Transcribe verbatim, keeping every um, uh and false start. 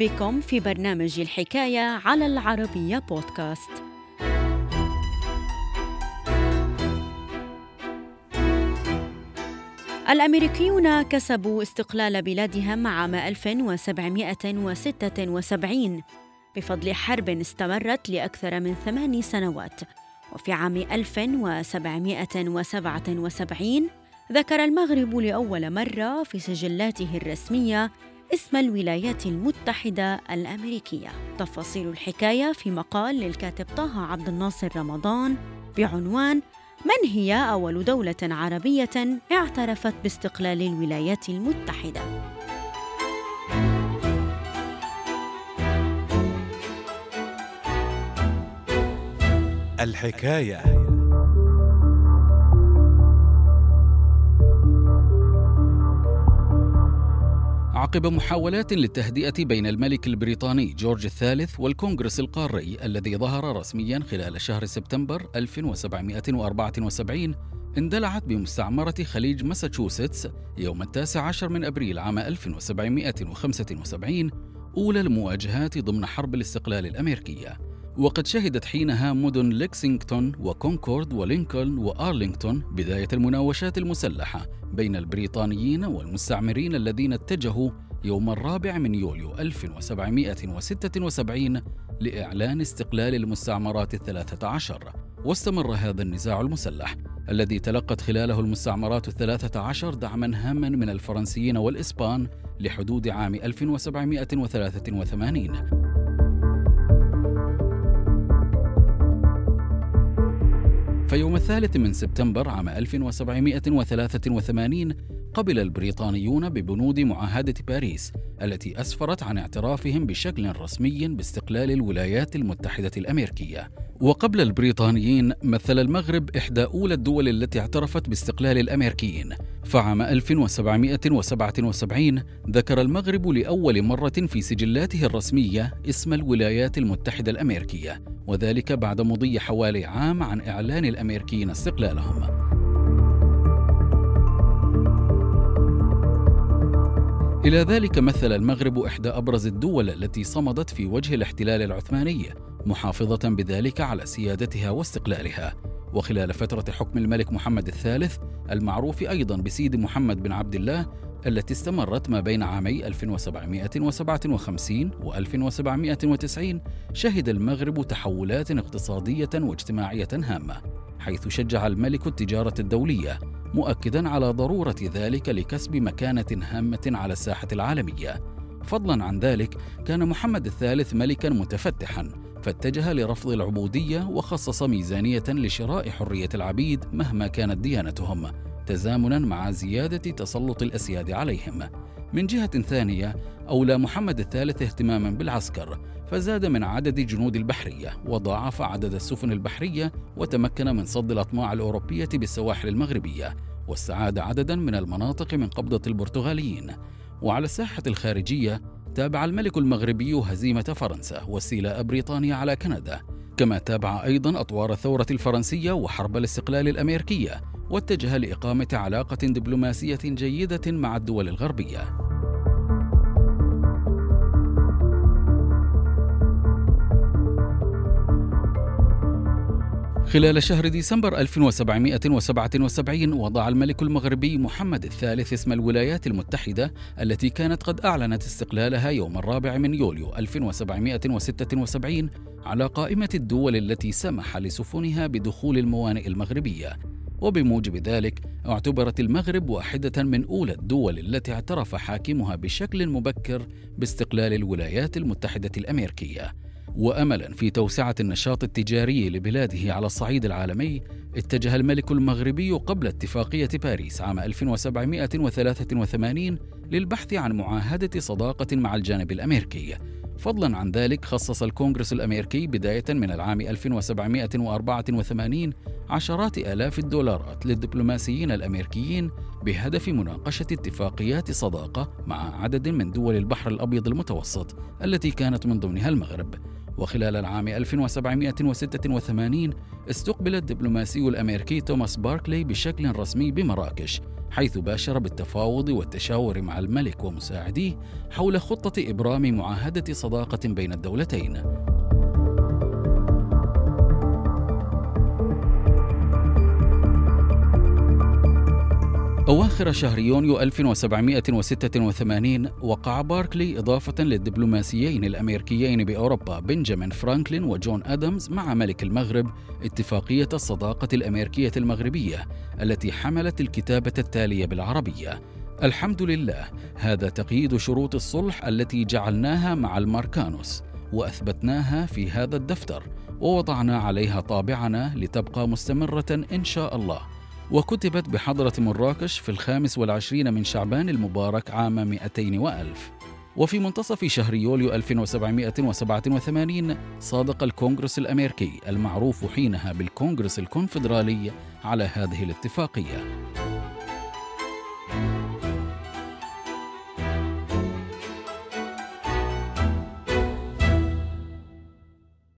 بكم في برنامج الحكاية على العربية بودكاست. الأمريكيون كسبوا استقلال بلادهم عام ألف وسبعمائة وستة وسبعين بفضل حرب استمرت لأكثر من ثمان سنوات. وفي عام ألف وسبعمائة وسبعة وسبعين ذكر المغرب لأول مرة في سجلاته الرسمية اسم الولايات المتحدة الأمريكية. تفاصيل الحكاية في مقال للكاتب طه عبد الناصر رمضان بعنوان من هي أول دولة عربية اعترفت باستقلال الولايات المتحدة؟ الحكاية. عقب محاولات للتهدئة بين الملك البريطاني جورج الثالث والكونغرس القاري الذي ظهر رسمياً خلال شهر سبتمبر ألف وسبعمائة وأربعة وسبعين، اندلعت بمستعمرة خليج ماساتشوستس يوم التاسع عشر من أبريل عام ألف وسبعمائة وخمسة وسبعين أولى المواجهات ضمن حرب الاستقلال الأمريكية. وقد شهدت حينها مدن لكسينغتون وكونكورد ولينكولن وآرلينغتون بداية المناوشات المسلحة بين البريطانيين والمستعمرين الذين اتجهوا يوم الرابع من يوليو ألف وسبعمائة وستة وسبعين لإعلان استقلال المستعمرات الثلاثة عشر. واستمر هذا النزاع المسلح الذي تلقت خلاله المستعمرات الثلاثة عشر دعما هاما من الفرنسيين والإسبان لحدود عام ألف وسبعمائة وثلاثة وثمانين. فيوم الثالث من سبتمبر عام ألف وسبعمائة وثلاثة وثمانين قبل البريطانيون ببنود معاهدة باريس التي أسفرت عن اعترافهم بشكل رسمي باستقلال الولايات المتحدة الأمريكية. وقبل البريطانيين مثل المغرب إحدى أولى الدول التي اعترفت باستقلال الأمريكيين، فعام ألف وسبعمائة وسبعة وسبعين ذكر المغرب لأول مرة في سجلاته الرسمية اسم الولايات المتحدة الأمريكية، وذلك بعد مضي حوالي عام عن إعلان الأمريكيين استقلالهم. إلى ذلك مثل المغرب إحدى أبرز الدول التي صمدت في وجه الاحتلال العثماني، محافظة بذلك على سيادتها واستقلالها. وخلال فترة حكم الملك محمد الثالث المعروف أيضا بسيد محمد بن عبد الله التي استمرت ما بين عامي ألف وسبعمائة وسبعة وخمسين و ألف وسبعمائة وتسعين، شهد المغرب تحولات اقتصادية واجتماعية هامة، حيث شجع الملك التجارة الدولية، مؤكداً على ضرورة ذلك لكسب مكانة هامة على الساحة العالمية. فضلاً عن ذلك كان محمد الثالث ملكاً متفتحاً، فاتجه لرفض العبودية وخصص ميزانية لشراء حرية العبيد مهما كانت ديانتهم، تزامناً مع زيادة تسلط الأسياد عليهم. من جهة ثانية أولى محمد الثالث اهتماماً بالعسكر، فزاد من عدد جنود البحرية وضاعف عدد السفن البحرية، وتمكن من صد الأطماع الأوروبية بالسواحل المغربية، واستعاد عدداً من المناطق من قبضة البرتغاليين. وعلى الساحة الخارجية تابع الملك المغربي هزيمة فرنسا واستيلاء بريطانيا على كندا، كما تابع أيضاً أطوار الثورة الفرنسية وحرب الاستقلال الأمريكية، واتجه لإقامة علاقة دبلوماسية جيدة مع الدول الغربية. خلال شهر ديسمبر ألف وسبعمائة وسبعة وسبعين وضع الملك المغربي محمد الثالث اسم الولايات المتحدة التي كانت قد أعلنت استقلالها يوم الرابع من يوليو ألف وسبعمائة وستة وسبعين على قائمة الدول التي سمح لسفنها بدخول الموانئ المغربية. وبموجب ذلك اعتبرت المغرب واحدة من أولى الدول التي اعترف حاكمها بشكل مبكر باستقلال الولايات المتحدة الأمريكية. وأملاً في توسعة النشاط التجاري لبلاده على الصعيد العالمي، اتجه الملك المغربي قبل اتفاقية باريس عام ألف وسبعمائة وثلاثة وثمانين للبحث عن معاهدة صداقة مع الجانب الأمريكي. فضلاً عن ذلك خصص الكونغرس الأمريكي بداية من العام ألف وسبعمائة وأربعة وثمانين عشرات آلاف الدولارات للدبلوماسيين الأمريكيين بهدف مناقشة اتفاقيات صداقة مع عدد من دول البحر الأبيض المتوسط التي كانت من ضمنها المغرب. وخلال العام ألف وسبعمائة وستة وثمانين استقبل الدبلوماسي الأمريكي توماس باركلي بشكل رسمي بمراكش، حيث باشر بالتفاوض والتشاور مع الملك ومساعديه حول خطة إبرام معاهدة صداقة بين الدولتين. أواخر شهر يونيو ألف وسبعمائة وستة وثمانين وقع باركلي إضافة للدبلوماسيين الأمريكيين بأوروبا بنجامين فرانكلين وجون آدمز مع ملك المغرب اتفاقية الصداقة الأمريكية المغربية التي حملت الكتابة التالية بالعربية: الحمد لله، هذا تقييد شروط الصلح التي جعلناها مع الماركانوس وأثبتناها في هذا الدفتر ووضعنا عليها طابعنا لتبقى مستمرة إن شاء الله، وكتبت بحضرة مراكش في الخامس والعشرين من شعبان المبارك عام مئتين وألف. وفي منتصف شهر يوليو ألف وسبعمائة وسبعة وثمانين صادق الكونغرس الأمريكي المعروف حينها بالكونغرس الكونفدرالي على هذه الاتفاقية.